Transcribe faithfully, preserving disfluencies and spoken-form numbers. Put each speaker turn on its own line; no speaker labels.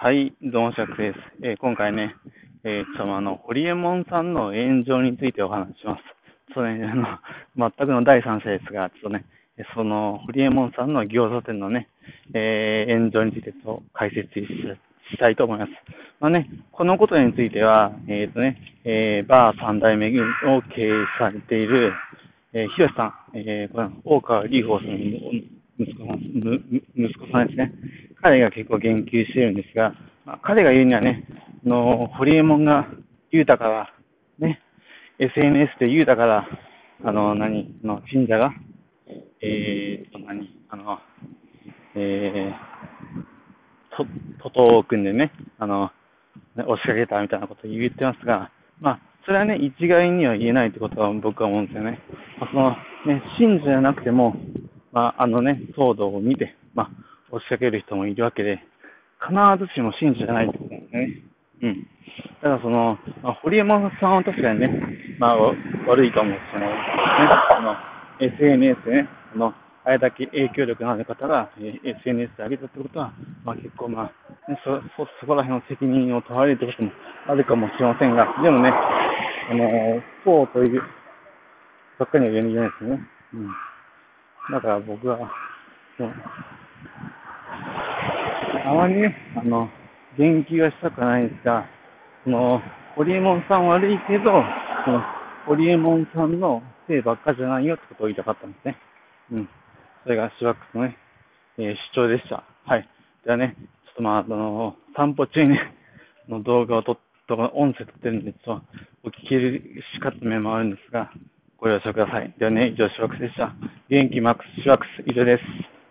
はい、どうも、シャークです。えー今回ね、えー、ちょっとあの、ホリエモンさんの炎上についてお話しします。ちょっとね、あの、全くの第三者ですが、ちょっとね、えその、ホリエモンさんの餃子店のね、えー炎上についてちょっと解説ししたいと思います。まあね、このことについては、えっ、とね、えーバー三代目を経営されている、えー、ひろしさん、えー、これ大川隆法さんの息子さん、むむ息子さんですね。彼が結構言及しているんですが、まあ、彼が言うにはね、あの、ホリエモンが言うたから、ね、エスエヌエス で言うたから、あの、何、あの信者が、えーと、何、あの、えー、と、徒党を組んでね、あの、ね押しかけたみたいなことを言ってますが、まあ、それはね、一概には言えないってことは僕は思うんですよね。まあ、その、ね、信者じゃなくても、まあ、あのね、騒動を見て、まあ、押しかける人もいるわけで、必ずしも信者じゃないってことなんですね。うん。だからその、まあ、ホリエモンさんは確かにね、まあ、悪いかもしれない。ね、あの、エスエヌエス でね、あの、あれだけ影響力のある方が、えー エスエヌエス で上げたってことは、まあ結構まあ、ね、そ、そ、そこら辺の責任を問われるってこともあるかもしれませんが、でもね、あの、そうという、ばっかりは言えないですね。うん。だから僕は、そうあまりね、あの、言及はしたくないんですが、その、ホリエモンさん悪いけど、その、ホリエモンさんのせいばっかじゃないよってことを言いたかったんですね。うん。それがシワックスのね、えー主張でした。はい。ではね、ちょっとまあ、あの、散歩中にね、の動画を撮っ、と音声撮ってるんで、ちょっとお聞きしかった面もあるんですが、ご了承ください。ではね、以上、シワックスでした。元気マックス、シワックス、以上です。